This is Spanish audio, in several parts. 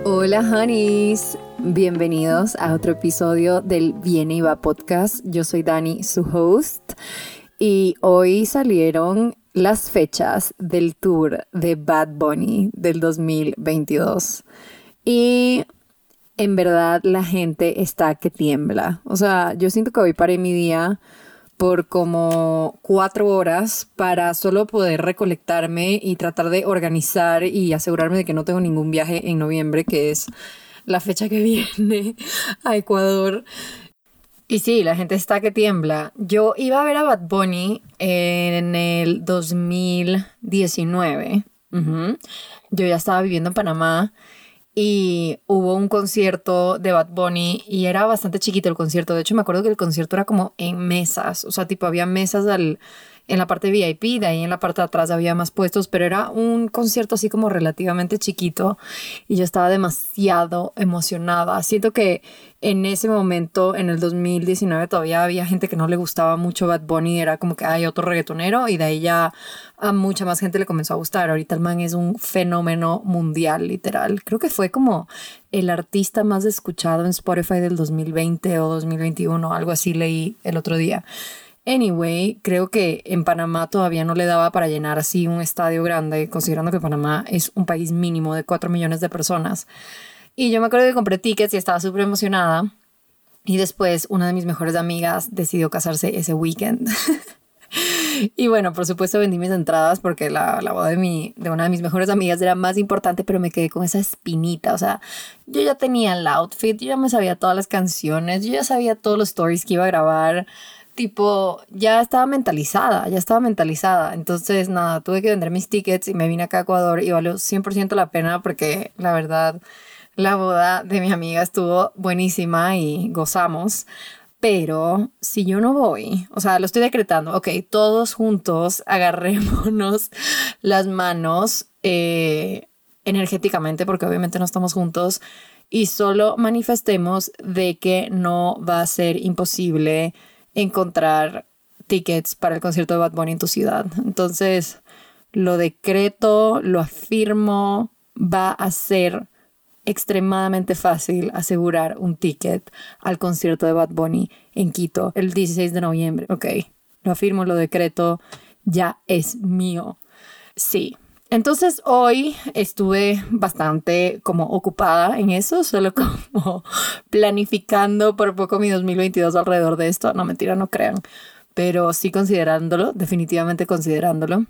Hola honeys, bienvenidos a otro episodio del Viene y Va podcast. Yo soy Dani, su host, y hoy salieron las fechas del tour de Bad Bunny del 2022 y en verdad la gente está que tiembla. O sea, yo siento que hoy paré mi día por como 4 horas para solo poder recolectarme y tratar de organizar y asegurarme de que no tengo ningún viaje en noviembre, que es la fecha que viene a Ecuador. Y sí, la gente está que tiembla. Yo iba a ver a Bad Bunny en el 2019. Yo ya estaba viviendo en Panamá y hubo un concierto de Bad Bunny y era bastante chiquito el concierto. De hecho, me acuerdo que el concierto era como en mesas. O sea, tipo, había mesas en la parte VIP, de ahí en la parte de atrás había más puestos, pero era un concierto así como relativamente chiquito y yo estaba demasiado emocionada. Siento que en ese momento, en el 2019, todavía había gente que no le gustaba mucho Bad Bunny, era como que hay otro reggaetonero, y de ahí ya a mucha más gente le comenzó a gustar. Ahorita el man es un fenómeno mundial, literal. Creo que fue como el artista más escuchado en Spotify del 2020 o 2021, algo así leí el otro día. Anyway, creo que en Panamá todavía no le daba para llenar así un estadio grande, considerando que Panamá es un país mínimo de 4 millones de personas. Y yo me acuerdo que compré tickets y estaba súper emocionada. Y después una de mis mejores amigas decidió casarse ese weekend. Y bueno, por supuesto vendí mis entradas porque la boda de una de mis mejores amigas era más importante, pero me quedé con esa espinita. O sea, yo ya tenía el outfit, yo ya me sabía todas las canciones, yo ya sabía todos los stories que iba a grabar. Tipo, ya estaba mentalizada. Entonces, nada, tuve que vender mis tickets y me vine acá a Ecuador y valió 100% la pena porque, la verdad, la boda de mi amiga estuvo buenísima y gozamos. Pero si yo no voy, o sea, lo estoy decretando, ok, todos juntos agarrémonos las manos energéticamente, porque obviamente no estamos juntos, y solo manifestemos de que no va a ser imposible encontrar tickets para el concierto de Bad Bunny en tu ciudad. Entonces, lo decreto, lo afirmo, va a ser extremadamente fácil asegurar un ticket al concierto de Bad Bunny en Quito el 16 de noviembre. Ok, lo afirmo, lo decreto, ya es mío. Sí. Entonces hoy estuve bastante como ocupada en eso, solo como planificando por poco mi 2022 alrededor de esto. No, mentira, no crean, pero sí considerándolo, definitivamente considerándolo.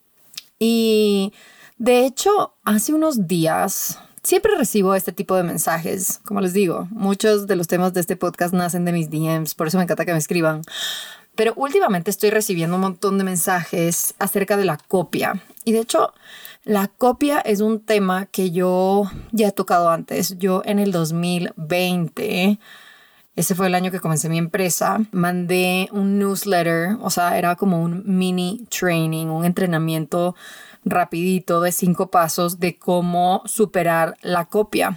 Y de hecho, hace unos días siempre recibo este tipo de mensajes. Como les digo, muchos de los temas de este podcast nacen de mis DMs, por eso me encanta que me escriban. Pero últimamente estoy recibiendo un montón de mensajes acerca de la copia. Y de hecho, la copia es un tema que yo ya he tocado antes. Yo en el 2020, ese fue el año que comencé mi empresa, mandé un newsletter, o sea, era como un mini training, un entrenamiento rapidito de 5 pasos de cómo superar la copia.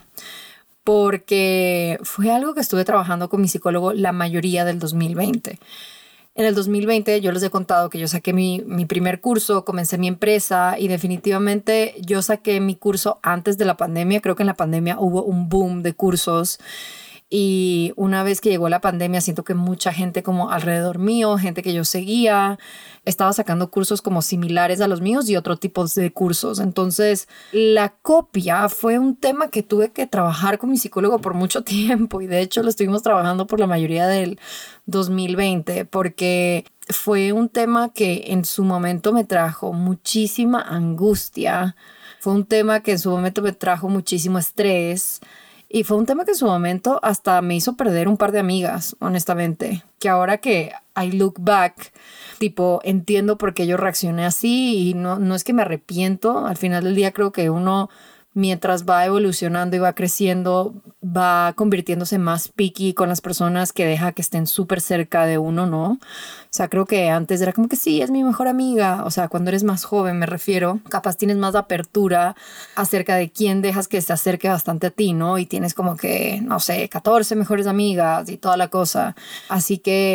Porque fue algo que estuve trabajando con mi psicólogo la mayoría del 2020. En el 2020 yo les he contado que yo saqué mi primer curso, comencé mi empresa y definitivamente yo saqué mi curso antes de la pandemia. Creo que en la pandemia hubo un boom de cursos y una vez que llegó la pandemia siento que mucha gente como alrededor mío, gente que yo seguía, estaba sacando cursos como similares a los míos y otro tipo de cursos. Entonces la copia fue un tema que tuve que trabajar con mi psicólogo por mucho tiempo y de hecho lo estuvimos trabajando por la mayoría del 2020 porque fue un tema que en su momento me trajo muchísima angustia, fue un tema que en su momento me trajo muchísimo estrés y fue un tema que en su momento hasta me hizo perder un par de amigas, honestamente, que ahora que I look back, tipo, entiendo por qué yo reaccioné así y no es que me arrepiento. Al final del día creo que uno, mientras va evolucionando y va creciendo, va convirtiéndose más picky con las personas que deja que estén súper cerca de uno, ¿no? O sea, creo que antes era como que sí, es mi mejor amiga. O sea, cuando eres más joven, me refiero, capaz tienes más apertura acerca de quién dejas que se acerque bastante a ti, ¿no? Y tienes como que, no sé, 14 mejores amigas y toda la cosa. Así que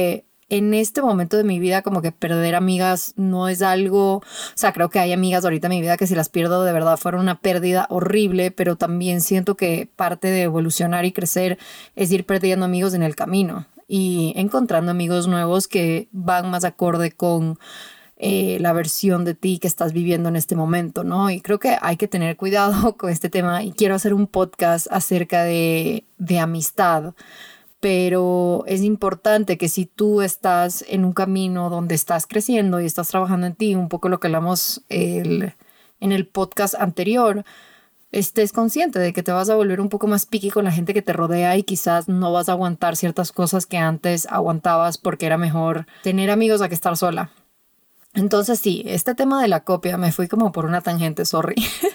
en este momento de mi vida como que perder amigas no es algo, o sea, creo que hay amigas ahorita en mi vida que si las pierdo de verdad fueron una pérdida horrible, pero también siento que parte de evolucionar y crecer es ir perdiendo amigos en el camino y encontrando amigos nuevos que van más acorde con la versión de ti que estás viviendo en este momento, ¿no? Y creo que hay que tener cuidado con este tema y quiero hacer un podcast acerca de amistad, pero es importante que si tú estás en un camino donde estás creciendo y estás trabajando en ti, un poco lo que hablamos en el podcast anterior, estés consciente de que te vas a volver un poco más picky con la gente que te rodea y quizás no vas a aguantar ciertas cosas que antes aguantabas porque era mejor tener amigos a que estar sola. Entonces sí, este tema de la copia, me fui como por una tangente, sorry.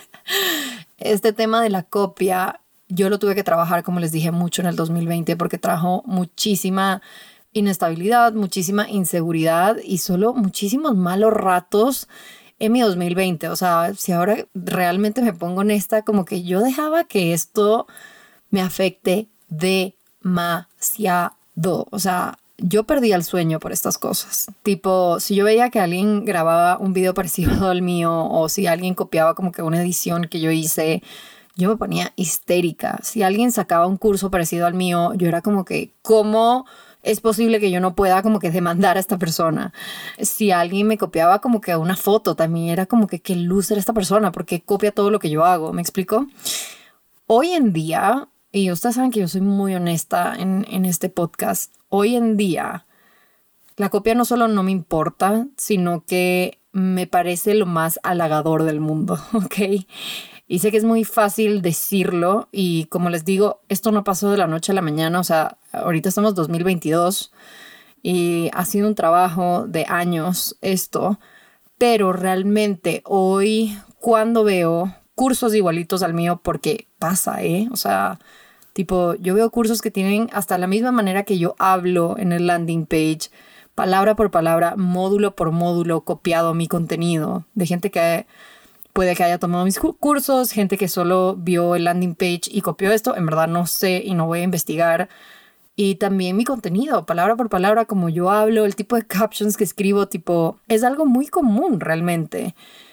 Este tema de la copia, yo lo tuve que trabajar, como les dije, mucho en el 2020 porque trajo muchísima inestabilidad, muchísima inseguridad y solo muchísimos malos ratos en mi 2020. O sea, si ahora realmente me pongo honesta, como que yo dejaba que esto me afecte demasiado. O sea, yo perdía el sueño por estas cosas. Tipo, si yo veía que alguien grababa un video parecido al mío o si alguien copiaba como que una edición que yo hice, yo me ponía histérica. Si alguien sacaba un curso parecido al mío, yo era como que, ¿cómo es posible que yo no pueda como que demandar a esta persona? Si alguien me copiaba como que una foto, también era como que, ¿qué loser esta persona? Porque copia todo lo que yo hago, ¿me explico? Hoy en día, y ustedes saben que yo soy muy honesta en este podcast, hoy en día la copia no solo no me importa, sino que me parece lo más halagador del mundo, ¿ok? Y sé que es muy fácil decirlo y como les digo, esto no pasó de la noche a la mañana, o sea, ahorita estamos 2022 y ha sido un trabajo de años esto, pero realmente hoy cuando veo cursos igualitos al mío, porque pasa, o sea, tipo, yo veo cursos que tienen hasta la misma manera que yo hablo en el landing page, palabra por palabra, módulo por módulo, copiado mi contenido, de gente que puede que haya tomado mis cursos, gente que solo vio el landing page y copió esto. En verdad no sé y no voy a investigar. Y también mi contenido, palabra por palabra, como yo hablo, el tipo de captions que escribo, tipo, es algo muy común realmente.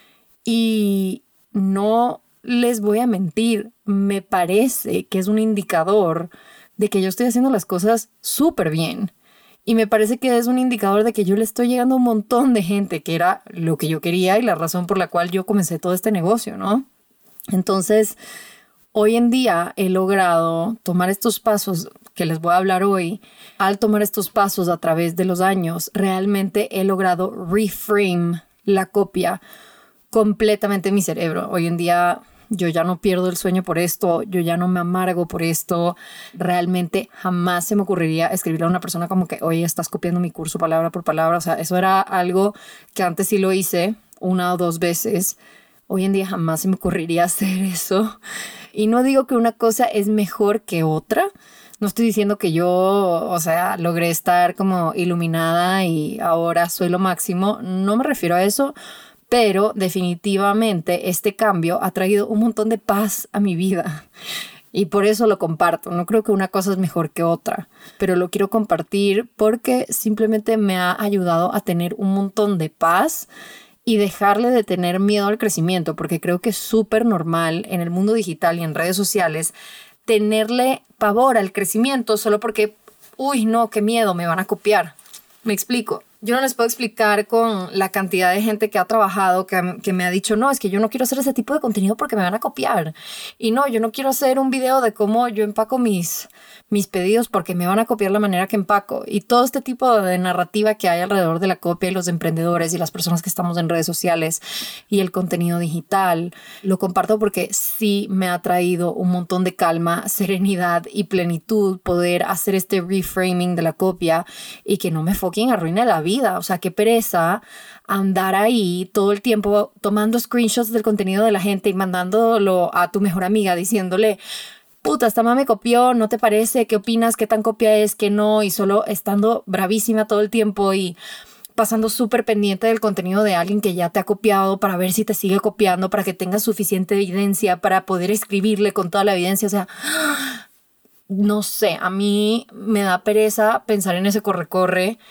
Y no les voy a mentir, me parece que es un indicador de que yo estoy haciendo las cosas súper bien. Y me parece que es un indicador de que yo le estoy llegando a un montón de gente, que era lo que yo quería y la razón por la cual yo comencé todo este negocio, ¿no? Entonces, hoy en día he logrado tomar estos pasos que les voy a hablar hoy. Al tomar estos pasos a través de los años, realmente he logrado reframe la copia completamente en mi cerebro. Hoy en día yo ya no pierdo el sueño por esto, yo ya no me amargo por esto. Realmente jamás se me ocurriría escribirle a una persona como que, oye, estás copiando mi curso palabra por palabra. O sea, eso era algo que antes sí lo hice 1 o 2 veces. Hoy en día jamás se me ocurriría hacer eso. Y no digo que una cosa es mejor que otra. No estoy diciendo que yo, o sea, logré estar como iluminada y ahora soy lo máximo. No me refiero a eso. Pero definitivamente este cambio ha traído un montón de paz a mi vida y por eso lo comparto. No creo que una cosa es mejor que otra, pero lo quiero compartir porque simplemente me ha ayudado a tener un montón de paz y dejarle de tener miedo al crecimiento, porque creo que es súper normal en el mundo digital y en redes sociales tenerle pavor al crecimiento solo porque, uy, no, qué miedo, me van a copiar. Me explico. Yo no les puedo explicar con la cantidad de gente que ha trabajado, que me ha dicho, no, es que yo no quiero hacer ese tipo de contenido porque me van a copiar. Y no, yo no quiero hacer un video de cómo yo empaco mis pedidos porque me van a copiar la manera que empaco. Y todo este tipo de narrativa que hay alrededor de la copia y los emprendedores y las personas que estamos en redes sociales y el contenido digital, lo comparto porque sí me ha traído un montón de calma, serenidad y plenitud poder hacer este reframing de la copia y que no me fucking arruine la vida. O sea, qué pereza andar ahí todo el tiempo tomando screenshots del contenido de la gente y mandándolo a tu mejor amiga diciéndole, puta, esta mamá me copió, ¿no te parece? ¿Qué opinas? ¿Qué tan copia es? ¿Qué no? Y solo estando bravísima todo el tiempo y pasando súper pendiente del contenido de alguien que ya te ha copiado para ver si te sigue copiando, para que tengas suficiente evidencia para poder escribirle con toda la evidencia. O sea, no sé, a mí me da pereza pensar en ese corre-corre.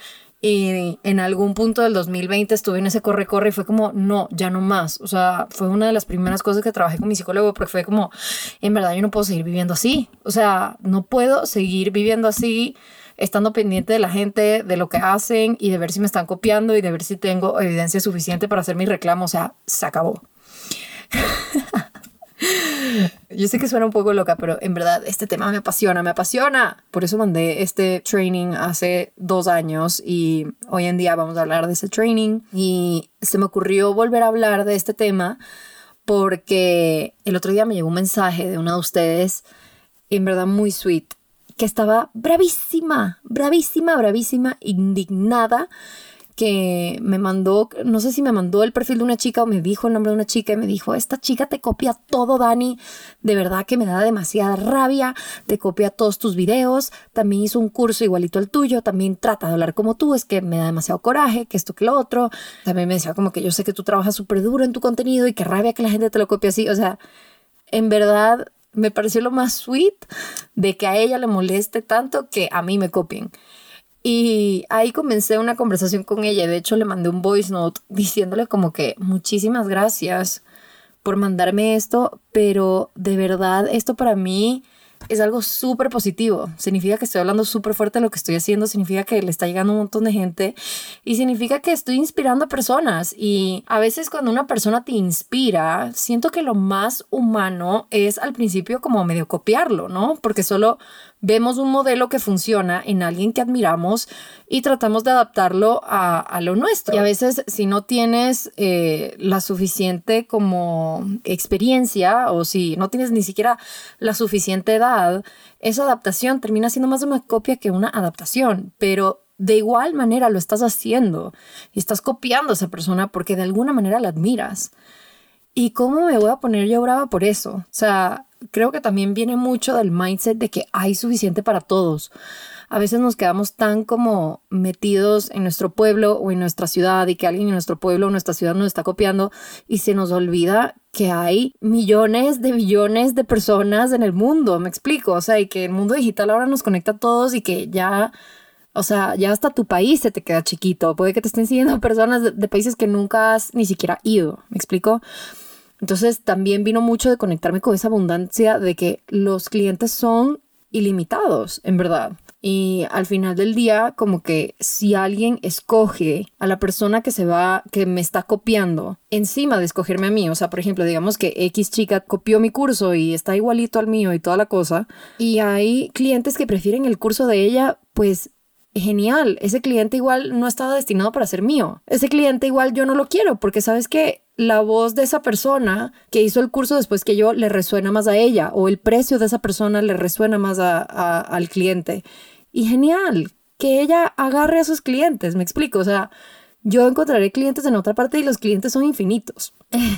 Y en algún punto del 2020 estuve en ese corre-corre y fue como, no, ya no más. O sea, fue una de las primeras cosas que trabajé con mi psicólogo porque fue como, en verdad yo no puedo seguir viviendo así. O sea, no puedo seguir viviendo así, estando pendiente de la gente, de lo que hacen y de ver si me están copiando y de ver si tengo evidencia suficiente para hacer mi reclamo. O sea, se acabó. Yo sé que suena un poco loca, pero en verdad este tema me apasiona, me apasiona. Por eso mandé este training hace 2 años y hoy en día vamos a hablar de ese training. Y se me ocurrió volver a hablar de este tema porque el otro día me llegó un mensaje de una de ustedes, en verdad muy sweet, que estaba bravísima, bravísima, bravísima, indignada, que me mandó, no sé si me mandó el perfil de una chica o me dijo el nombre de una chica y me dijo, esta chica te copia todo, Dani, de verdad que me da demasiada rabia, te copia todos tus videos, también hizo un curso igualito al tuyo, también trata de hablar como tú, es que me da demasiado coraje, que esto, que lo otro. También me decía como que yo sé que tú trabajas súper duro en tu contenido y qué rabia que la gente te lo copie así. O sea, en verdad me pareció lo más sweet de que a ella le moleste tanto que a mí me copien. Y ahí comencé una conversación con ella. De hecho, le mandé un voice note diciéndole como que muchísimas gracias por mandarme esto, pero de verdad esto para mí es algo súper positivo. Significa que estoy hablando súper fuerte de lo que estoy haciendo, significa que le está llegando un montón de gente y significa que estoy inspirando a personas. Y a veces cuando una persona te inspira, siento que lo más humano es al principio como medio copiarlo, ¿no? Porque solo vemos un modelo que funciona en alguien que admiramos y tratamos de adaptarlo a lo nuestro. Y a veces si no tienes la suficiente como experiencia o si no tienes ni siquiera la suficiente edad, esa adaptación termina siendo más una copia que una adaptación. Pero de igual manera lo estás haciendo y estás copiando a esa persona porque de alguna manera la admiras. ¿Y cómo me voy a poner yo brava por eso? O sea, creo que también viene mucho del mindset de que hay suficiente para todos. A veces nos quedamos tan como metidos en nuestro pueblo o en nuestra ciudad y que alguien en nuestro pueblo o nuestra ciudad nos está copiando y se nos olvida que hay millones de billones de personas en el mundo, me explico, o sea, y que el mundo digital ahora nos conecta a todos y que ya, o sea, ya hasta tu país se te queda chiquito, puede que te estén siguiendo personas de países que nunca has ni siquiera ido, me explico. Entonces también vino mucho de conectarme con esa abundancia de que los clientes son ilimitados, en verdad. Y al final del día, como que si alguien escoge a la persona que me está copiando encima de escogerme a mí, o sea, por ejemplo, digamos que X chica copió mi curso y está igualito al mío y toda la cosa, y hay clientes que prefieren el curso de ella, pues genial, ese cliente igual no estaba destinado para ser mío. Ese cliente igual yo no lo quiero porque sabes que la voz de esa persona que hizo el curso después que yo le resuena más a ella o el precio de esa persona le resuena más al cliente. Y genial, que ella agarre a sus clientes, me explico. O sea, yo encontraré clientes en otra parte y los clientes son infinitos.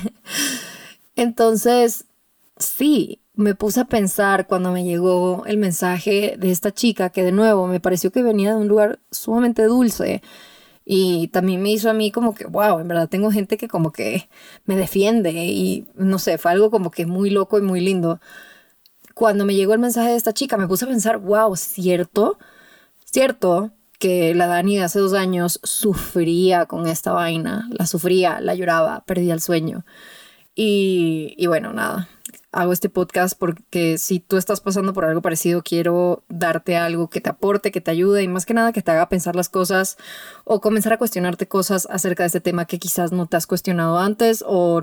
Entonces, sí, me puse a pensar cuando me llegó el mensaje de esta chica que de nuevo me pareció que venía de un lugar sumamente dulce y también me hizo a mí como que, wow, en verdad tengo gente que como que me defiende y no sé, fue algo como que muy loco y muy lindo. Cuando me llegó el mensaje de esta chica me puse a pensar, wow, cierto que la Dani de hace 2 años sufría con esta vaina, la sufría, la lloraba, perdía el sueño. Y bueno, nada, hago este podcast porque si tú estás pasando por algo parecido, quiero darte algo que te aporte, que te ayude y más que nada que te haga pensar las cosas o comenzar a cuestionarte cosas acerca de este tema que quizás no te has cuestionado antes o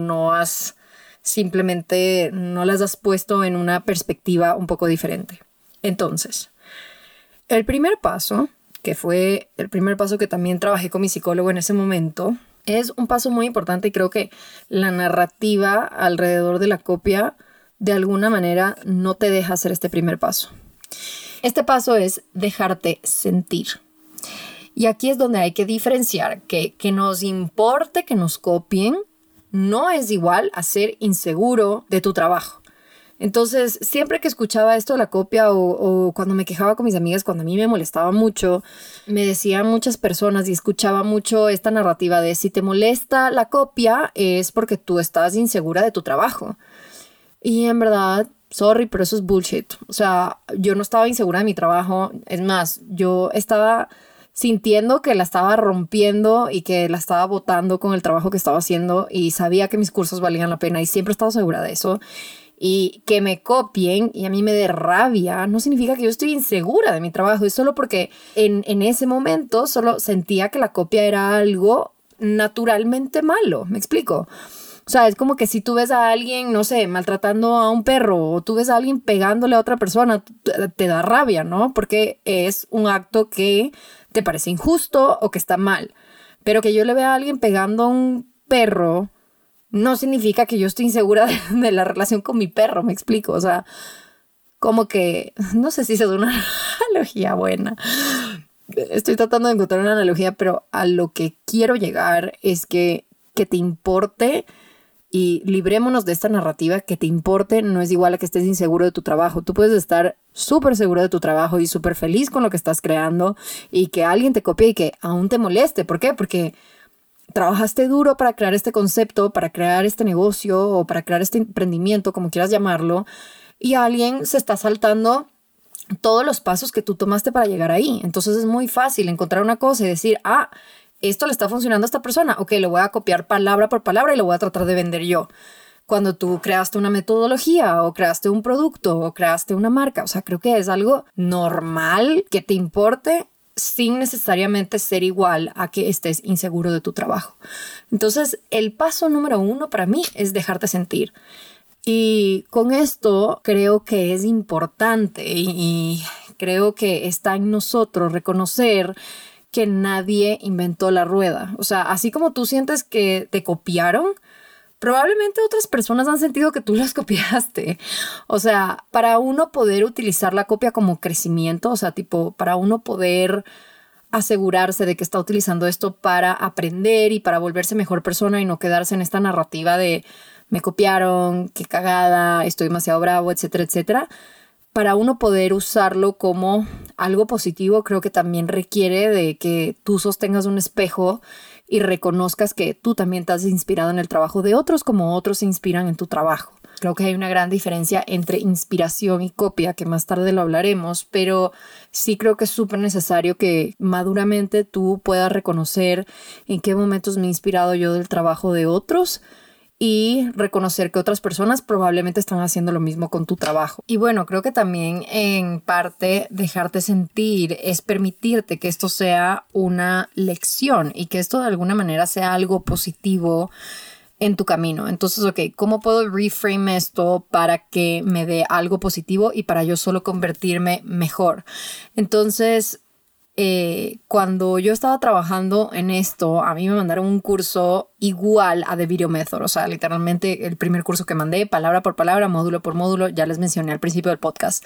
simplemente no las has puesto en una perspectiva un poco diferente. Entonces, el primer paso, que fue el primer paso que también trabajé con mi psicólogo en ese momento, es un paso muy importante y creo que la narrativa alrededor de la copia de alguna manera no te deja hacer este primer paso. Este paso es dejarte sentir. Y aquí es donde hay que diferenciar que nos importe que nos copien no es igual a ser inseguro de tu trabajo. Entonces, siempre que escuchaba esto de la copia o cuando me quejaba con mis amigas, cuando a mí me molestaba mucho, me decían muchas personas y escuchaba mucho esta narrativa de si te molesta la copia es porque tú estás insegura de tu trabajo. Y en verdad, sorry, pero eso es bullshit. O sea, yo no estaba insegura de mi trabajo. Es más, yo estaba sintiendo que la estaba rompiendo y que la estaba botando con el trabajo que estaba haciendo, y sabía que mis cursos valían la pena y siempre he estado segura de eso. Y que me copien y a mí me dé rabia no significa que yo estoy insegura de mi trabajo. Es solo porque en ese momento solo sentía que la copia era algo naturalmente malo. ¿Me explico? O sea, es como que si tú ves a alguien, no sé, maltratando a un perro, o tú ves a alguien pegándole a otra persona, te da rabia, ¿no? Porque es un acto que te parece injusto o que está mal. Pero que yo le vea a alguien pegando a un perro no significa que yo estoy insegura de la relación con mi perro, me explico. O sea, como que, no sé si es una analogía buena. Estoy tratando de encontrar una analogía, pero a lo que quiero llegar es que te importe, y librémonos de esta narrativa, que te importe no es igual a que estés inseguro de tu trabajo. Tú puedes estar súper seguro de tu trabajo y súper feliz con lo que estás creando, y que alguien te copie y que aún te moleste. ¿Por qué? Porque trabajaste duro para crear este concepto, para crear este negocio o para crear este emprendimiento, como quieras llamarlo, y alguien se está saltando todos los pasos que tú tomaste para llegar ahí. Entonces es muy fácil encontrar una cosa y decir, esto le está funcionando a esta persona, ok, lo voy a copiar palabra por palabra y lo voy a tratar de vender yo. Cuando tú creaste una metodología o creaste un producto o creaste una marca, o sea, creo que es algo normal que te importe sin necesariamente ser igual a que estés inseguro de tu trabajo. Entonces, el paso número 1 para mí es dejarte sentir. Y con esto creo que es importante y creo que está en nosotros reconocer que nadie inventó la rueda. O sea, así como tú sientes que te copiaron, probablemente otras personas han sentido que tú las copiaste. O sea, para uno poder utilizar la copia como crecimiento, o sea, tipo, para uno poder asegurarse de que está utilizando esto para aprender y para volverse mejor persona y no quedarse en esta narrativa de me copiaron, qué cagada, estoy demasiado bravo, etcétera, etcétera. Para uno poder usarlo como algo positivo, creo que también requiere de que tú sostengas un espejo y reconozcas que tú también te has inspirado en el trabajo de otros como otros se inspiran en tu trabajo. Creo que hay una gran diferencia entre inspiración y copia, que más tarde lo hablaremos, pero sí creo que es súper necesario que maduramente tú puedas reconocer en qué momentos me he inspirado yo del trabajo de otros y reconocer que otras personas probablemente están haciendo lo mismo con tu trabajo. Y bueno, creo que también en parte dejarte sentir es permitirte que esto sea una lección y que esto de alguna manera sea algo positivo en tu camino. Entonces, ok, ¿cómo puedo reframe esto para que me dé algo positivo y para yo solo convertirme mejor? Entonces, cuando yo estaba trabajando en esto, a mí me mandaron un curso igual a The Video Method. O sea, literalmente el primer curso que mandé, palabra por palabra, módulo por módulo, ya les mencioné al principio del podcast.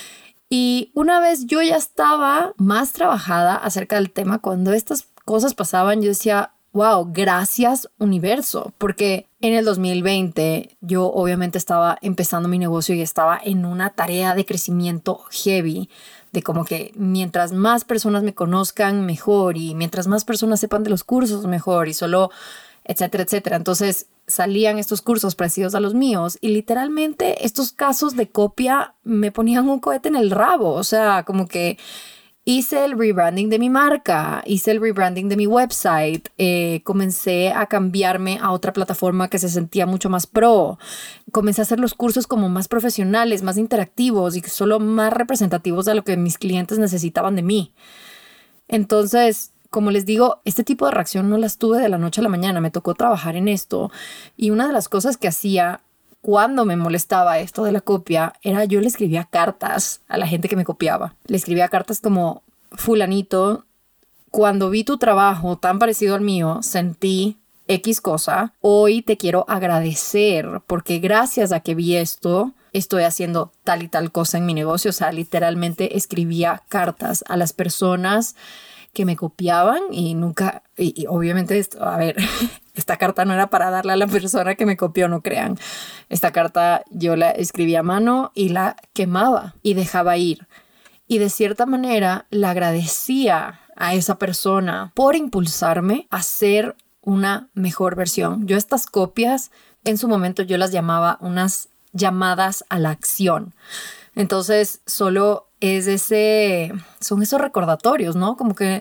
Y una vez yo ya estaba más trabajada acerca del tema, cuando estas cosas pasaban, yo decía, wow, gracias universo, porque en el 2020 yo obviamente estaba empezando mi negocio y estaba en una tarea de crecimiento heavy, de como que mientras más personas me conozcan, mejor, y mientras más personas sepan de los cursos, mejor, y solo, etcétera, etcétera. Entonces salían estos cursos parecidos a los míos y literalmente estos casos de copia me ponían un cohete en el rabo. O sea, como que hice el rebranding de mi marca, hice el rebranding de mi website, comencé a cambiarme a otra plataforma que se sentía mucho más pro, comencé a hacer los cursos como más profesionales, más interactivos y solo más representativos de lo que mis clientes necesitaban de mí. Entonces, como les digo, este tipo de reacción no las tuve de la noche a la mañana, me tocó trabajar en esto, y una de las cosas que hacía cuando me molestaba esto de la copia era yo le escribía cartas a la gente que me copiaba. Le escribía cartas como, fulanito, cuando vi tu trabajo tan parecido al mío, sentí X cosa. Hoy te quiero agradecer porque gracias a que vi esto, estoy haciendo tal y tal cosa en mi negocio. O sea, literalmente escribía cartas a las personas que me copiaban y nunca, y obviamente esto, a ver, esta carta no era para darle a la persona que me copió, no crean. Esta carta yo la escribía a mano y la quemaba y dejaba ir. Y de cierta manera la agradecía a esa persona por impulsarme a ser una mejor versión. Yo estas copias, en su momento yo las llamaba unas llamadas a la acción. Entonces solo son esos recordatorios, ¿no? Como que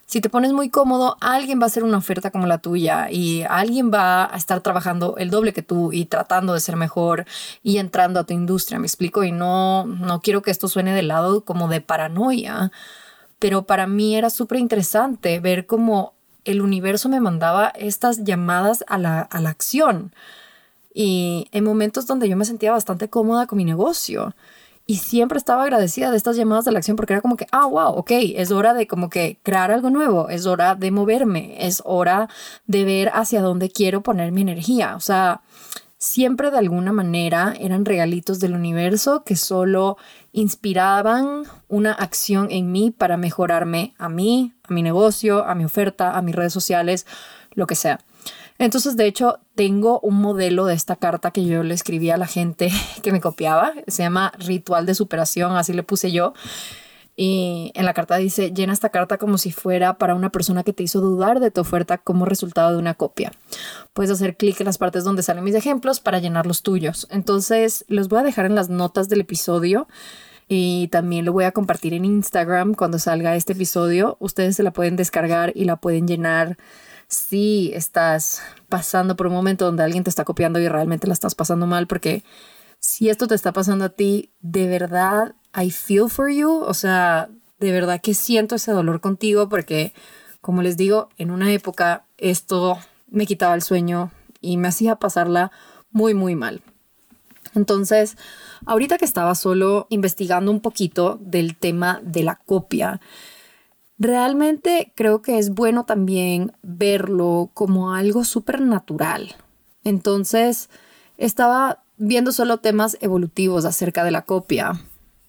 Si te pones muy cómodo, alguien va a hacer una oferta como la tuya y alguien va a estar trabajando el doble que tú y tratando de ser mejor y entrando a tu industria, ¿me explico? Y no quiero que esto suene de lado como de paranoia, pero para mí era súper interesante ver cómo el universo me mandaba estas llamadas a la acción. Y en momentos donde yo me sentía bastante cómoda con mi negocio. Y siempre estaba agradecida de estas llamadas de la acción porque era como que, wow, ok, es hora de como que crear algo nuevo, es hora de moverme, es hora de ver hacia dónde quiero poner mi energía. O sea, siempre de alguna manera eran regalitos del universo que solo inspiraban una acción en mí para mejorarme a mí, a mi negocio, a mi oferta, a mis redes sociales, lo que sea. Entonces, de hecho, tengo un modelo de esta carta que yo le escribí a la gente que me copiaba. Se llama Ritual de Superación, así le puse yo. Y en la carta dice, llena esta carta como si fuera para una persona que te hizo dudar de tu oferta como resultado de una copia. Puedes hacer clic en las partes donde salen mis ejemplos para llenar los tuyos. Entonces, los voy a dejar en las notas del episodio. Y también lo voy a compartir en Instagram cuando salga este episodio. Ustedes se la pueden descargar y la pueden llenar si estás pasando por un momento donde alguien te está copiando y realmente la estás pasando mal, porque si esto te está pasando a ti, de verdad, I feel for you. O sea, de verdad que siento ese dolor contigo porque, como les digo, en una época esto me quitaba el sueño y me hacía pasarla muy, muy mal. Entonces, ahorita que estaba solo investigando un poquito del tema de la copia, realmente creo que es bueno también verlo como algo súper natural. Entonces, estaba viendo solo temas evolutivos acerca de la copia.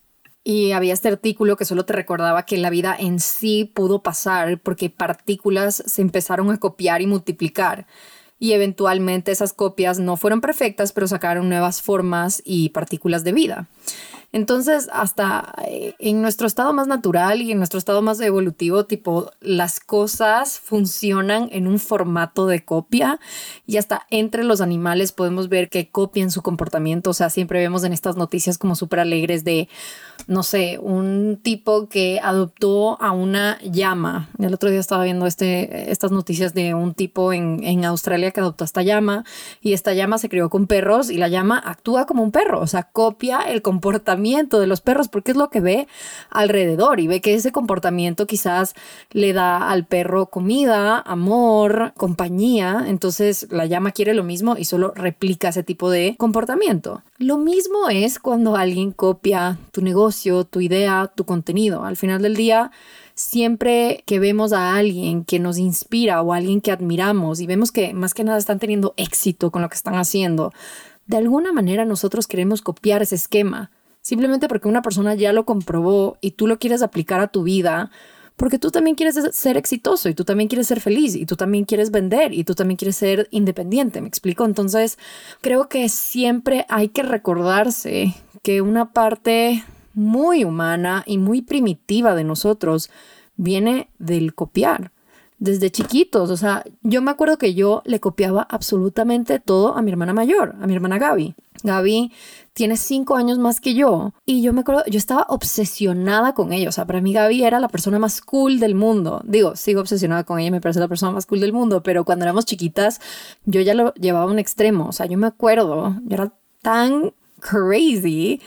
Y había este artículo que solo te recordaba que la vida en sí pudo pasar porque partículas se empezaron a copiar y multiplicar. Y eventualmente esas copias no fueron perfectas, pero sacaron nuevas formas y partículas de vida. Entonces, hasta en nuestro estado más natural y en nuestro estado más evolutivo, tipo, las cosas funcionan en un formato de copia y hasta entre los animales podemos ver que copian su comportamiento. O sea, siempre vemos en estas noticias como súper alegres de, no sé, un tipo que adoptó a una llama. El otro día estaba viendo estas noticias de un tipo en Australia que adoptó a esta llama y esta llama se crió con perros y la llama actúa como un perro. O sea, copia el comportamiento de los perros porque es lo que ve alrededor y ve que ese comportamiento quizás le da al perro comida, amor, compañía. Entonces la llama quiere lo mismo y solo replica ese tipo de comportamiento. Lo mismo es cuando alguien copia tu negocio, tu idea, tu contenido. Al final del día, siempre que vemos a alguien que nos inspira o a alguien que admiramos y vemos que más que nada están teniendo éxito con lo que están haciendo, de alguna manera nosotros queremos copiar ese esquema. Simplemente porque una persona ya lo comprobó y tú lo quieres aplicar a tu vida, porque tú también quieres ser exitoso y tú también quieres ser feliz y tú también quieres vender y tú también quieres ser independiente, ¿me explico? Entonces, creo que siempre hay que recordarse que una parte muy humana y muy primitiva de nosotros viene del copiar. Desde chiquitos, o sea, yo me acuerdo que yo le copiaba absolutamente todo a mi hermana mayor, a mi hermana Gaby. Gaby tiene 5 años más que yo y yo me acuerdo, yo estaba obsesionada con ella. O sea, para mí Gaby era la persona más cool del mundo. Digo, sigo obsesionada con ella, me parece la persona más cool del mundo, pero cuando éramos chiquitas yo ya lo llevaba a un extremo. O sea, yo me acuerdo, yo era tan crazy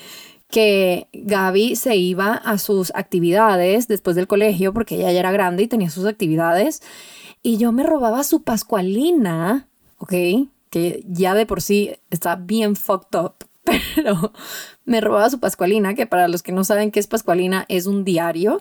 que Gaby se iba a sus actividades después del colegio porque ella ya era grande y tenía sus actividades y yo me robaba su pascualina, ¿ok? Que ya de por sí está bien fucked up, pero me robaba su pascualina, que para los que no saben qué es pascualina, es un diario.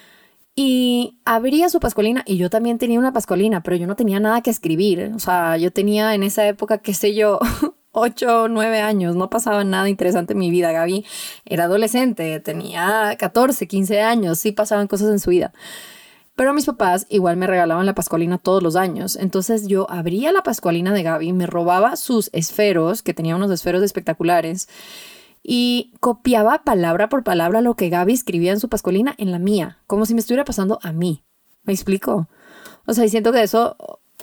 Y abría su pascualina y yo también tenía una pascualina, pero yo no tenía nada que escribir. O sea, yo tenía en esa época, qué sé yo, 8 o 9 años, no pasaba nada interesante en mi vida. Gaby era adolescente, tenía 14, 15 años, sí pasaban cosas en su vida. Pero mis papás igual me regalaban la pascualina todos los años. Entonces yo abría la pascualina de Gaby, me robaba sus esferos, que tenía unos esferos espectaculares, y copiaba palabra por palabra lo que Gaby escribía en su pascualina en la mía, como si me estuviera pasando a mí. ¿Me explico? O sea, y siento que eso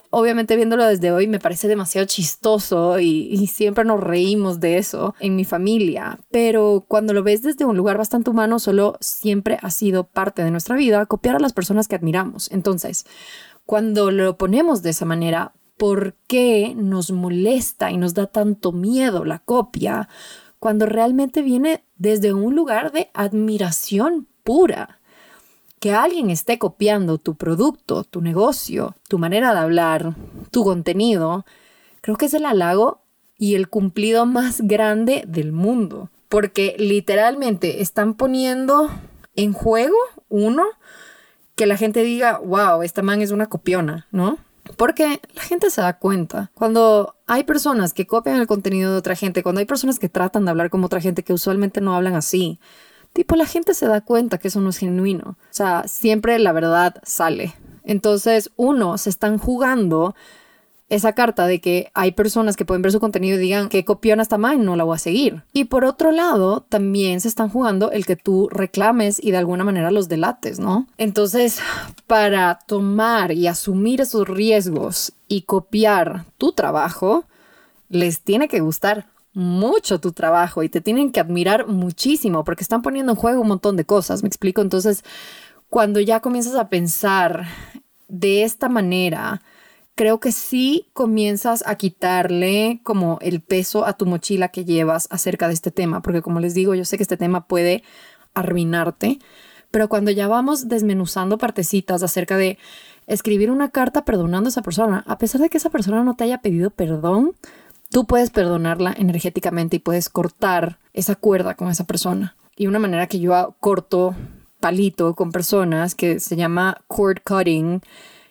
obviamente viéndolo desde hoy me parece demasiado chistoso y siempre nos reímos de eso en mi familia, pero cuando lo ves desde un lugar bastante humano, solo siempre ha sido parte de nuestra vida copiar a las personas que admiramos. Entonces, cuando lo ponemos de esa manera, ¿por qué nos molesta y nos da tanto miedo la copia cuando realmente viene desde un lugar de admiración pura? Que alguien esté copiando tu producto, tu negocio, tu manera de hablar, tu contenido, creo que es el halago y el cumplido más grande del mundo. Porque literalmente están poniendo en juego, uno, que la gente diga, wow, esta man es una copiona, ¿no? Porque la gente se da cuenta. Cuando hay personas que copian el contenido de otra gente, cuando hay personas que tratan de hablar como otra gente que usualmente no hablan así, tipo, la gente se da cuenta que eso no es genuino. O sea, siempre la verdad sale. Entonces, se están jugando esa carta de que hay personas que pueden ver su contenido y digan que copiona esta man, no la voy a seguir. Y por otro lado, también se están jugando el que tú reclames y de alguna manera los delates, ¿no? Entonces, para tomar y asumir esos riesgos y copiar tu trabajo, les tiene que gustar mucho tu trabajo y te tienen que admirar muchísimo porque están poniendo en juego un montón de cosas, ¿me explico? Entonces, cuando ya comienzas a pensar de esta manera, creo que sí comienzas a quitarle como el peso a tu mochila que llevas acerca de este tema, porque como les digo, yo sé que este tema puede arruinarte, pero cuando ya vamos desmenuzando partecitas acerca de escribir una carta perdonando a esa persona, a pesar de que esa persona no te haya pedido perdón, tú puedes perdonarla energéticamente y puedes cortar esa cuerda con esa persona. Y una manera que yo corto palito con personas que se llama cord cutting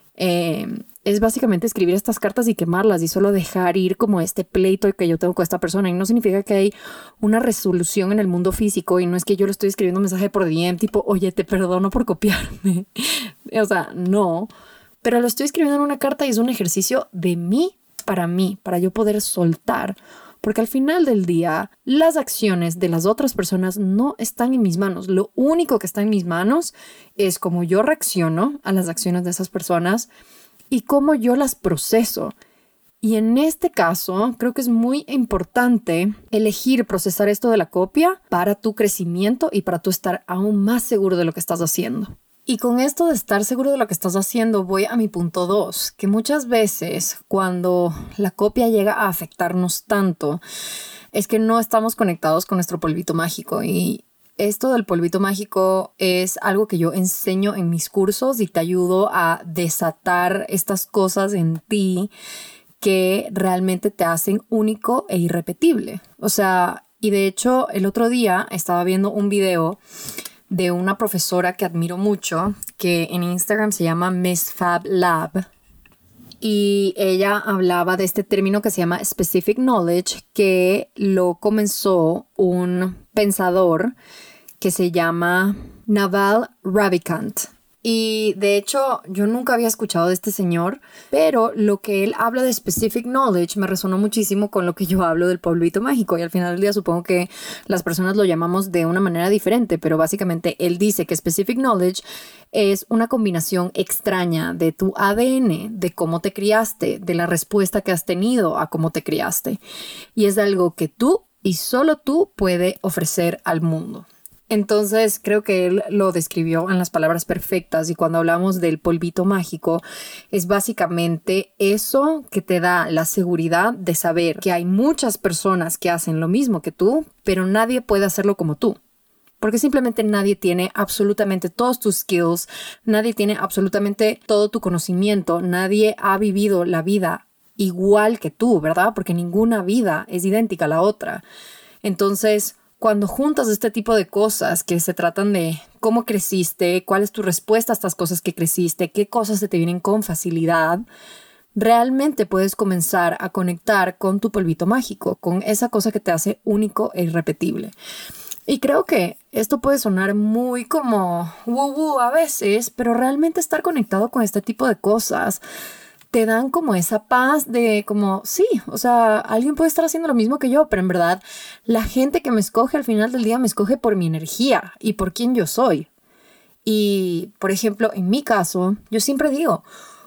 es básicamente escribir estas cartas y quemarlas y solo dejar ir como este pleito que yo tengo con esta persona. Y no significa que hay una resolución en el mundo físico y no es que yo le estoy escribiendo un mensaje por DM tipo, oye, te perdono por copiarme. O sea, no. Pero lo estoy escribiendo en una carta y es un ejercicio de mí, para yo poder soltar. Porque al final del día, las acciones de las otras personas no están en mis manos. Lo único que está en mis manos es cómo yo reacciono a las acciones de esas personas y cómo yo las proceso. Y en este caso, creo que es muy importante elegir procesar esto de la copia para tu crecimiento y para tú estar aún más seguro de lo que estás haciendo. Y con esto de estar seguro de lo que estás haciendo, voy a mi punto 2, que muchas veces cuando la copia llega a afectarnos tanto, es que no estamos conectados con nuestro polvito mágico. Y esto del polvito mágico es algo que yo enseño en mis cursos y te ayudo a desatar estas cosas en ti que realmente te hacen único e irrepetible. O sea, y de hecho el otro día estaba viendo un video de una profesora que admiro mucho, que en Instagram se llama Miss Fab Lab. Y ella hablaba de este término que se llama Specific Knowledge, que lo comenzó un pensador que se llama Naval Ravikant. Y de hecho, yo nunca había escuchado de este señor, pero lo que él habla de Specific Knowledge me resonó muchísimo con lo que yo hablo del polvito mágico. Y al final del día supongo que las personas lo llamamos de una manera diferente, pero básicamente él dice que Specific Knowledge es una combinación extraña de tu ADN, de cómo te criaste, de la respuesta que has tenido a cómo te criaste. Y es algo que tú y solo tú puedes ofrecer al mundo. Entonces creo que él lo describió en las palabras perfectas y cuando hablamos del polvito mágico es básicamente eso que te da la seguridad de saber que hay muchas personas que hacen lo mismo que tú, pero nadie puede hacerlo como tú. Porque simplemente nadie tiene absolutamente todos tus skills, nadie tiene absolutamente todo tu conocimiento, nadie ha vivido la vida igual que tú, ¿verdad? Porque ninguna vida es idéntica a la otra. Entonces, cuando juntas este tipo de cosas que se tratan de cómo creciste, cuál es tu respuesta a estas cosas que creciste, qué cosas se te vienen con facilidad, realmente puedes comenzar a conectar con tu polvito mágico, con esa cosa que te hace único e irrepetible. Y creo que esto puede sonar muy como woo a veces, pero realmente estar conectado con este tipo de cosas te dan como esa paz de como, sí, o sea, alguien puede estar haciendo lo mismo que yo, pero en verdad la gente que me escoge al final del día me escoge por mi energía y por quién yo soy. Y, por ejemplo, en mi caso, yo siempre digo,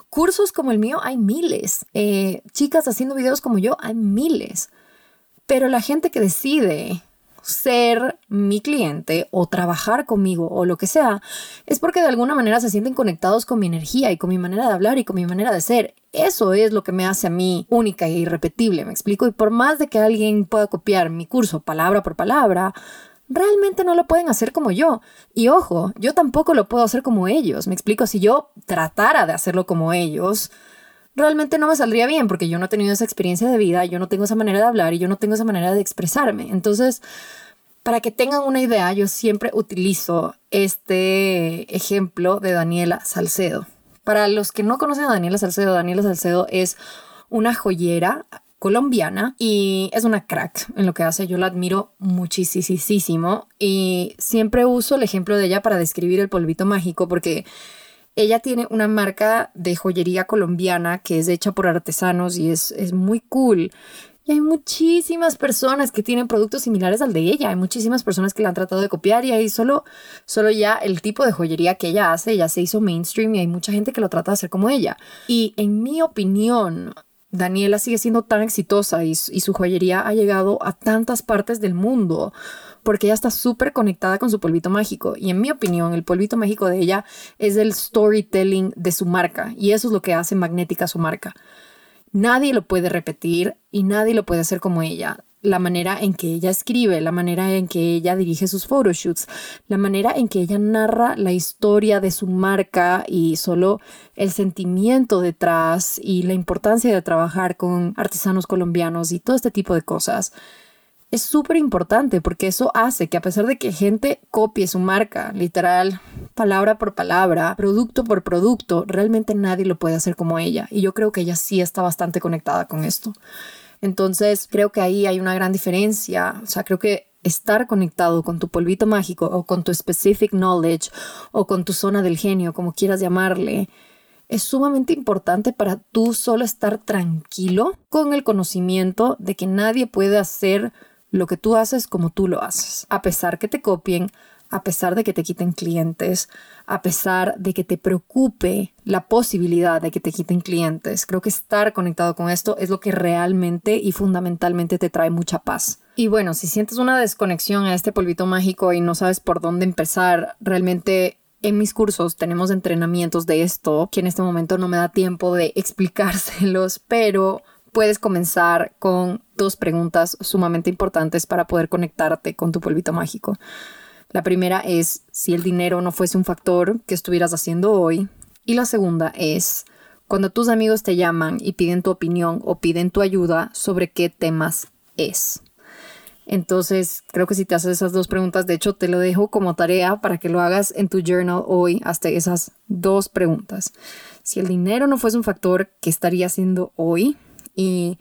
cursos como el mío hay miles. Chicas haciendo videos como yo hay miles. Pero la gente que decide ser mi cliente o trabajar conmigo o lo que sea, es porque de alguna manera se sienten conectados con mi energía y con mi manera de hablar y con mi manera de ser. Eso es lo que me hace a mí única e irrepetible, ¿me explico? Y por más de que alguien pueda copiar mi curso palabra por palabra, realmente no lo pueden hacer como yo. Y ojo, yo tampoco lo puedo hacer como ellos, ¿me explico? Si yo tratara de hacerlo como ellos, realmente no me saldría bien porque yo no he tenido esa experiencia de vida, yo no tengo esa manera de hablar y yo no tengo esa manera de expresarme. Entonces, para que tengan una idea, yo siempre utilizo este ejemplo de Daniela Salcedo. Para los que no conocen a Daniela Salcedo es una joyera colombiana y es una crack en lo que hace. Yo la admiro muchísimo y siempre uso el ejemplo de ella para describir el polvito mágico porque ella tiene una marca de joyería colombiana que es hecha por artesanos y es muy cool. Y hay muchísimas personas que tienen productos similares al de ella. Hay muchísimas personas que la han tratado de copiar y hay solo ya el tipo de joyería que ella hace ya se hizo mainstream y hay mucha gente que lo trata de hacer como ella. Y en mi opinión, Daniela sigue siendo tan exitosa y su joyería ha llegado a tantas partes del mundo porque ella está súper conectada con su polvito mágico. Y en mi opinión, el polvito mágico de ella es el storytelling de su marca y eso es lo que hace magnética su marca. Nadie lo puede repetir y nadie lo puede hacer como ella. La manera en que ella escribe, la manera en que ella dirige sus photoshoots, la manera en que ella narra la historia de su marca y solo el sentimiento detrás y la importancia de trabajar con artesanos colombianos y todo este tipo de cosas. Es súper importante porque eso hace que a pesar de que gente copie su marca, literal, palabra por palabra, producto por producto, realmente nadie lo puede hacer como ella. Y yo creo que ella sí está bastante conectada con esto. Entonces, creo que ahí hay una gran diferencia. O sea, creo que estar conectado con tu polvito mágico o con tu specific knowledge o con tu zona del genio, como quieras llamarle, es sumamente importante para tú solo estar tranquilo con el conocimiento de que nadie puede hacer lo que tú haces como tú lo haces. A pesar que te copien, a pesar de que te quiten clientes, a pesar de que te preocupe la posibilidad de que te quiten clientes. Creo que estar conectado con esto es lo que realmente y fundamentalmente te trae mucha paz. Y bueno, si sientes una desconexión a este polvito mágico y no sabes por dónde empezar, realmente en mis cursos tenemos entrenamientos de esto, que en este momento no me da tiempo de explicárselos, pero puedes comenzar con 2 preguntas sumamente importantes para poder conectarte con tu polvito mágico. La primera es si el dinero no fuese un factor, ¿qué estuvieras haciendo hoy? Y la segunda es cuando tus amigos te llaman y piden tu opinión o piden tu ayuda, ¿sobre qué temas es? Entonces, creo que si te haces esas 2 preguntas, de hecho te lo dejo como tarea para que lo hagas en tu journal hoy, hasta esas 2 preguntas. Si el dinero no fuese un factor, ¿qué estaría haciendo hoy? Y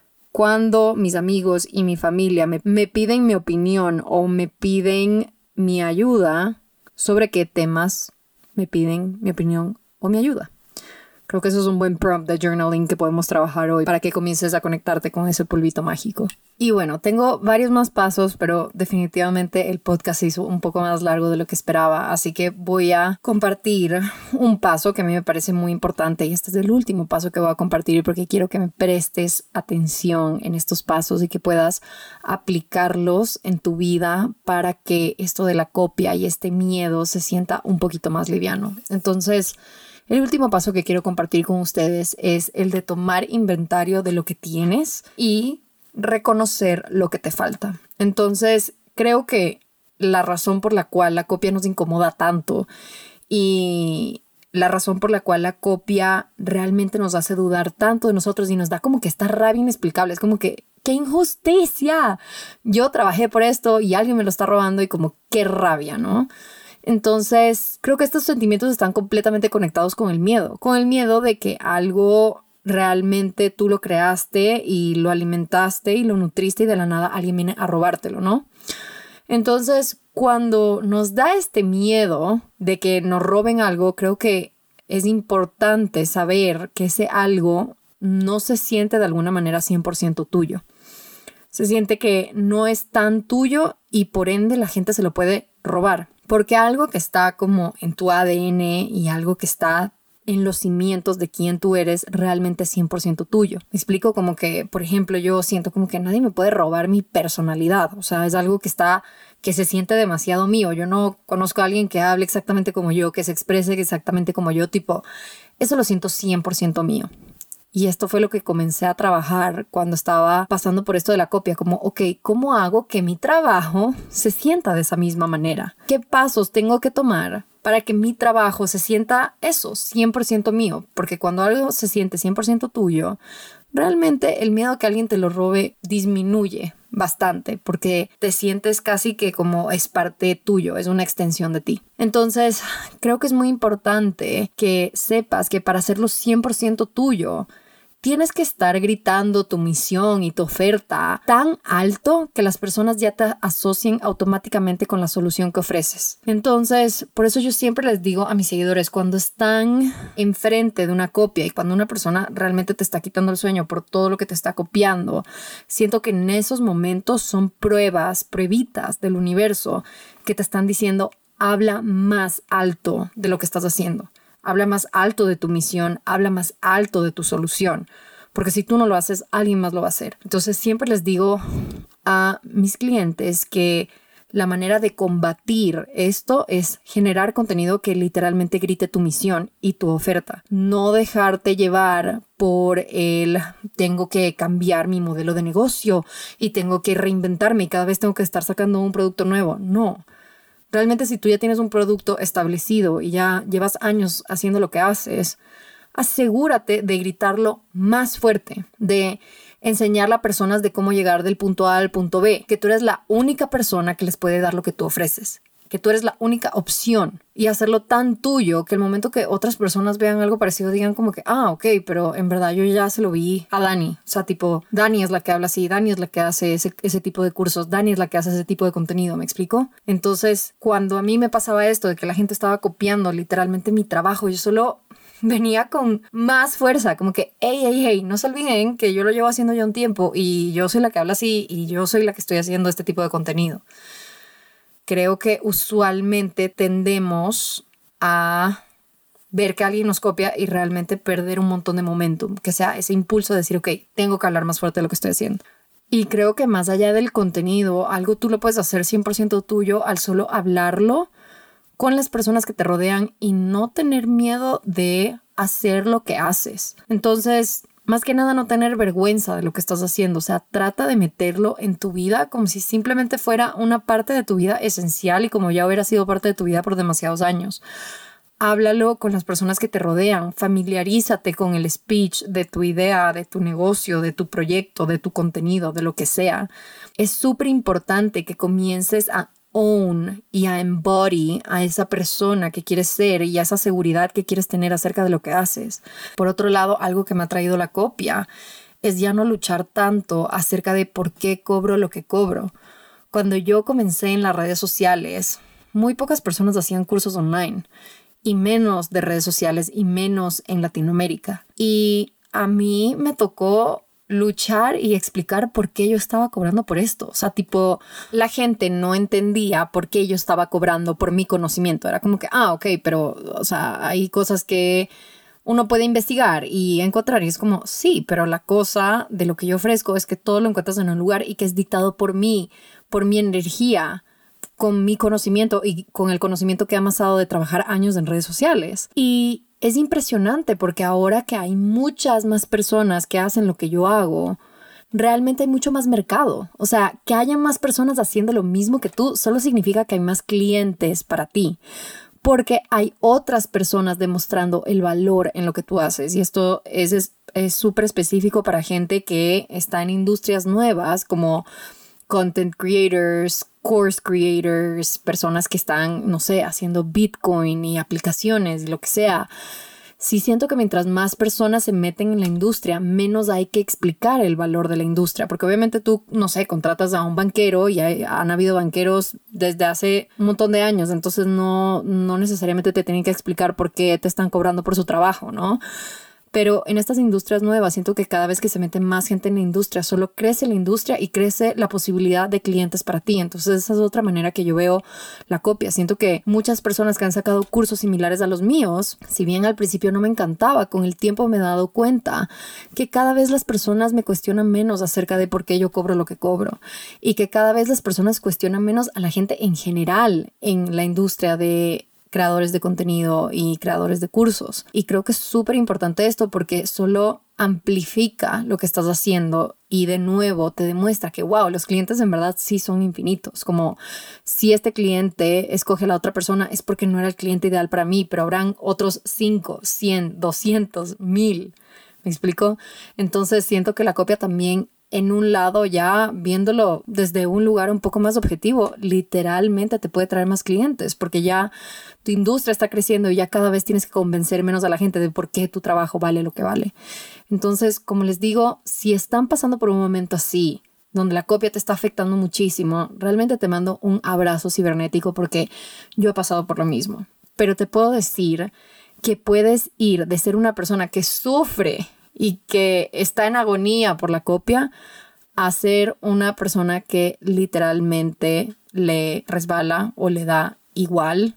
cuando mis amigos y mi familia me piden mi opinión o me piden mi ayuda, ¿sobre qué temas me piden mi opinión o mi ayuda? Creo que eso es un buen prompt de journaling que podemos trabajar hoy para que comiences a conectarte con ese polvito mágico. Y bueno, tengo varios más pasos, pero definitivamente el podcast se hizo un poco más largo de lo que esperaba, así que voy a compartir un paso que a mí me parece muy importante y este es el último paso que voy a compartir porque quiero que me prestes atención en estos pasos y que puedas aplicarlos en tu vida para que esto de la copia y este miedo se sienta un poquito más liviano. Entonces, el último paso que quiero compartir con ustedes es el de tomar inventario de lo que tienes y reconocer lo que te falta. Entonces, creo que la razón por la cual la copia nos incomoda tanto y la razón por la cual la copia realmente nos hace dudar tanto de nosotros y nos da como que esta rabia inexplicable, es como que ¡qué injusticia! Yo trabajé por esto y alguien me lo está robando y como ¡qué rabia!, ¿no? Entonces, creo que estos sentimientos están completamente conectados con el miedo de que algo realmente tú lo creaste y lo alimentaste y lo nutriste y de la nada alguien viene a robártelo, ¿no? Entonces, cuando nos da este miedo de que nos roben algo, creo que es importante saber que ese algo no se siente de alguna manera 100% tuyo. Se siente que no es tan tuyo y por ende la gente se lo puede robar. Porque algo que está como en tu ADN y algo que está en los cimientos de quién tú eres realmente 100% tuyo. Me explico, como que, por ejemplo, yo siento como que nadie me puede robar mi personalidad. O sea, es algo que se siente demasiado mío. Yo no conozco a alguien que hable exactamente como yo, que se exprese exactamente como yo, tipo, eso lo siento 100% mío. Y esto fue lo que comencé a trabajar cuando estaba pasando por esto de la copia, como, ok, ¿cómo hago que mi trabajo se sienta de esa misma manera? ¿Qué pasos tengo que tomar para que mi trabajo se sienta eso, 100% mío? Porque cuando algo se siente 100% tuyo, realmente el miedo a que alguien te lo robe disminuye bastante, porque te sientes casi que como es parte tuyo, es una extensión de ti. Entonces, creo que es muy importante que sepas que para hacerlo 100% tuyo, tienes que estar gritando tu misión y tu oferta tan alto que las personas ya te asocien automáticamente con la solución que ofreces. Entonces, por eso yo siempre les digo a mis seguidores, cuando están enfrente de una copia y cuando una persona realmente te está quitando el sueño por todo lo que te está copiando, siento que en esos momentos son pruebitas del universo que te están diciendo, habla más alto de lo que estás haciendo. Habla más alto de tu misión, habla más alto de tu solución, porque si tú no lo haces, alguien más lo va a hacer. Entonces siempre les digo a mis clientes que la manera de combatir esto es generar contenido que literalmente grite tu misión y tu oferta. No dejarte llevar por el tengo que cambiar mi modelo de negocio y tengo que reinventarme y cada vez tengo que estar sacando un producto nuevo. No. Realmente si tú ya tienes un producto establecido y ya llevas años haciendo lo que haces, asegúrate de gritarlo más fuerte, de enseñarle a personas de cómo llegar del punto A al punto B, que tú eres la única persona que les puede dar lo que tú ofreces, que tú eres la única opción y hacerlo tan tuyo que el momento que otras personas vean algo parecido digan como que, ok, pero en verdad yo ya se lo vi a Dani. O sea, tipo, Dani es la que habla así, Dani es la que hace ese tipo de cursos, Dani es la que hace ese tipo de contenido, ¿me explico? Entonces, cuando a mí me pasaba esto de que la gente estaba copiando literalmente mi trabajo, yo solo venía con más fuerza, como que, hey, no se olviden que yo lo llevo haciendo ya un tiempo y yo soy la que habla así y yo soy la que estoy haciendo este tipo de contenido. Creo que usualmente tendemos a ver que alguien nos copia y realmente perder un montón de momentum, que sea ese impulso de decir, ok, tengo que hablar más fuerte de lo que estoy haciendo. Y creo que más allá del contenido, algo tú lo puedes hacer 100% tuyo al solo hablarlo con las personas que te rodean y no tener miedo de hacer lo que haces. Entonces, más que nada no tener vergüenza de lo que estás haciendo. O sea, trata de meterlo en tu vida como si simplemente fuera una parte de tu vida esencial y como ya hubiera sido parte de tu vida por demasiados años. Háblalo con las personas que te rodean, familiarízate con el speech de tu idea, de tu negocio, de tu proyecto, de tu contenido, de lo que sea. Es súper importante que comiences a own y a embody a esa persona que quieres ser y a esa seguridad que quieres tener acerca de lo que haces. Por otro lado, algo que me ha traído la copia es ya no luchar tanto acerca de por qué cobro lo que cobro. Cuando yo comencé en las redes sociales, muy pocas personas hacían cursos online y menos de redes sociales y menos en Latinoamérica. Y a mí me tocó luchar y explicar por qué yo estaba cobrando por esto. O sea, tipo, la gente no entendía por qué yo estaba cobrando por mi conocimiento. Era como que, ok, pero, o sea, hay cosas que uno puede investigar y encontrar. Y es como, sí, pero la cosa de lo que yo ofrezco es que todo lo encuentras en un lugar y que es dictado por mí, por mi energía, con mi conocimiento y con el conocimiento que he amasado de trabajar años en redes sociales. Y es impresionante porque ahora que hay muchas más personas que hacen lo que yo hago, realmente hay mucho más mercado. O sea, que haya más personas haciendo lo mismo que tú solo significa que hay más clientes para ti, porque hay otras personas demostrando el valor en lo que tú haces. Y esto es súper específico para gente que está en industrias nuevas como content creators, course creators, personas que están, no sé, haciendo Bitcoin y aplicaciones y lo que sea. Sí siento que mientras más personas se meten en la industria, menos hay que explicar el valor de la industria. Porque obviamente tú, no sé, contratas a un banquero y han habido banqueros desde hace un montón de años. Entonces no necesariamente te tienen que explicar por qué te están cobrando por su trabajo, ¿no? Pero en estas industrias nuevas siento que cada vez que se mete más gente en la industria, solo crece la industria y crece la posibilidad de clientes para ti. Entonces esa es otra manera que yo veo la copia. Siento que muchas personas que han sacado cursos similares a los míos, si bien al principio no me encantaba, con el tiempo me he dado cuenta que cada vez las personas me cuestionan menos acerca de por qué yo cobro lo que cobro, y que cada vez las personas cuestionan menos a la gente en general en la industria de creadores de contenido y creadores de cursos. Y creo que es súper importante esto porque solo amplifica lo que estás haciendo y de nuevo te demuestra que, wow, los clientes en verdad sí son infinitos. Como si este cliente escoge a la otra persona es porque no era el cliente ideal para mí, pero habrán otros 5, 100, 200, 1000. ¿Me explico? Entonces siento que la copia también, en un lado, ya viéndolo desde un lugar un poco más objetivo, literalmente te puede traer más clientes porque ya tu industria está creciendo y ya cada vez tienes que convencer menos a la gente de por qué tu trabajo vale lo que vale. Entonces, como les digo, si están pasando por un momento así, donde la copia te está afectando muchísimo, realmente te mando un abrazo cibernético porque yo he pasado por lo mismo. Pero te puedo decir que puedes ir de ser una persona que sufre y que está en agonía por la copia a ser una persona que literalmente le resbala o le da igual,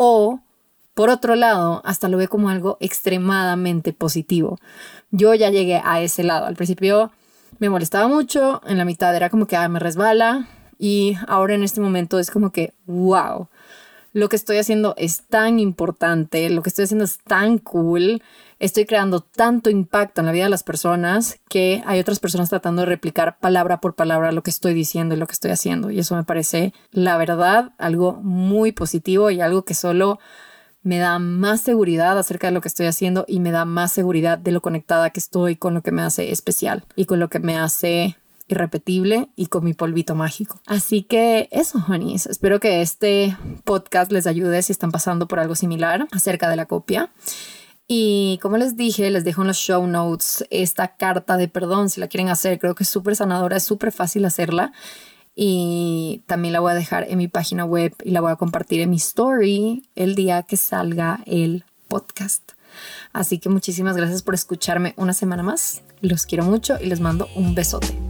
o por otro lado hasta lo ve como algo extremadamente positivo. Yo ya llegué a ese lado. Al principio me molestaba mucho, en la mitad era como que me resbala, y ahora en este momento es como que wow, lo que estoy haciendo es tan importante, lo que estoy haciendo es tan cool, estoy creando tanto impacto en la vida de las personas que hay otras personas tratando de replicar palabra por palabra lo que estoy diciendo y lo que estoy haciendo. Y eso me parece, la verdad, algo muy positivo y algo que solo me da más seguridad acerca de lo que estoy haciendo y me da más seguridad de lo conectada que estoy con lo que me hace especial y con lo que me hace irrepetible y con mi polvito mágico. Así que eso, honeys. Espero que este podcast les ayude si están pasando por algo similar acerca de la copia. Y como les dije, les dejo en los show notes esta carta de perdón si la quieren hacer. Creo que es súper sanadora, es súper fácil hacerla. Y también la voy a dejar en mi página web y la voy a compartir en mi story el día que salga el podcast. Así que muchísimas gracias por escucharme una semana más. Los quiero mucho y les mando un besote.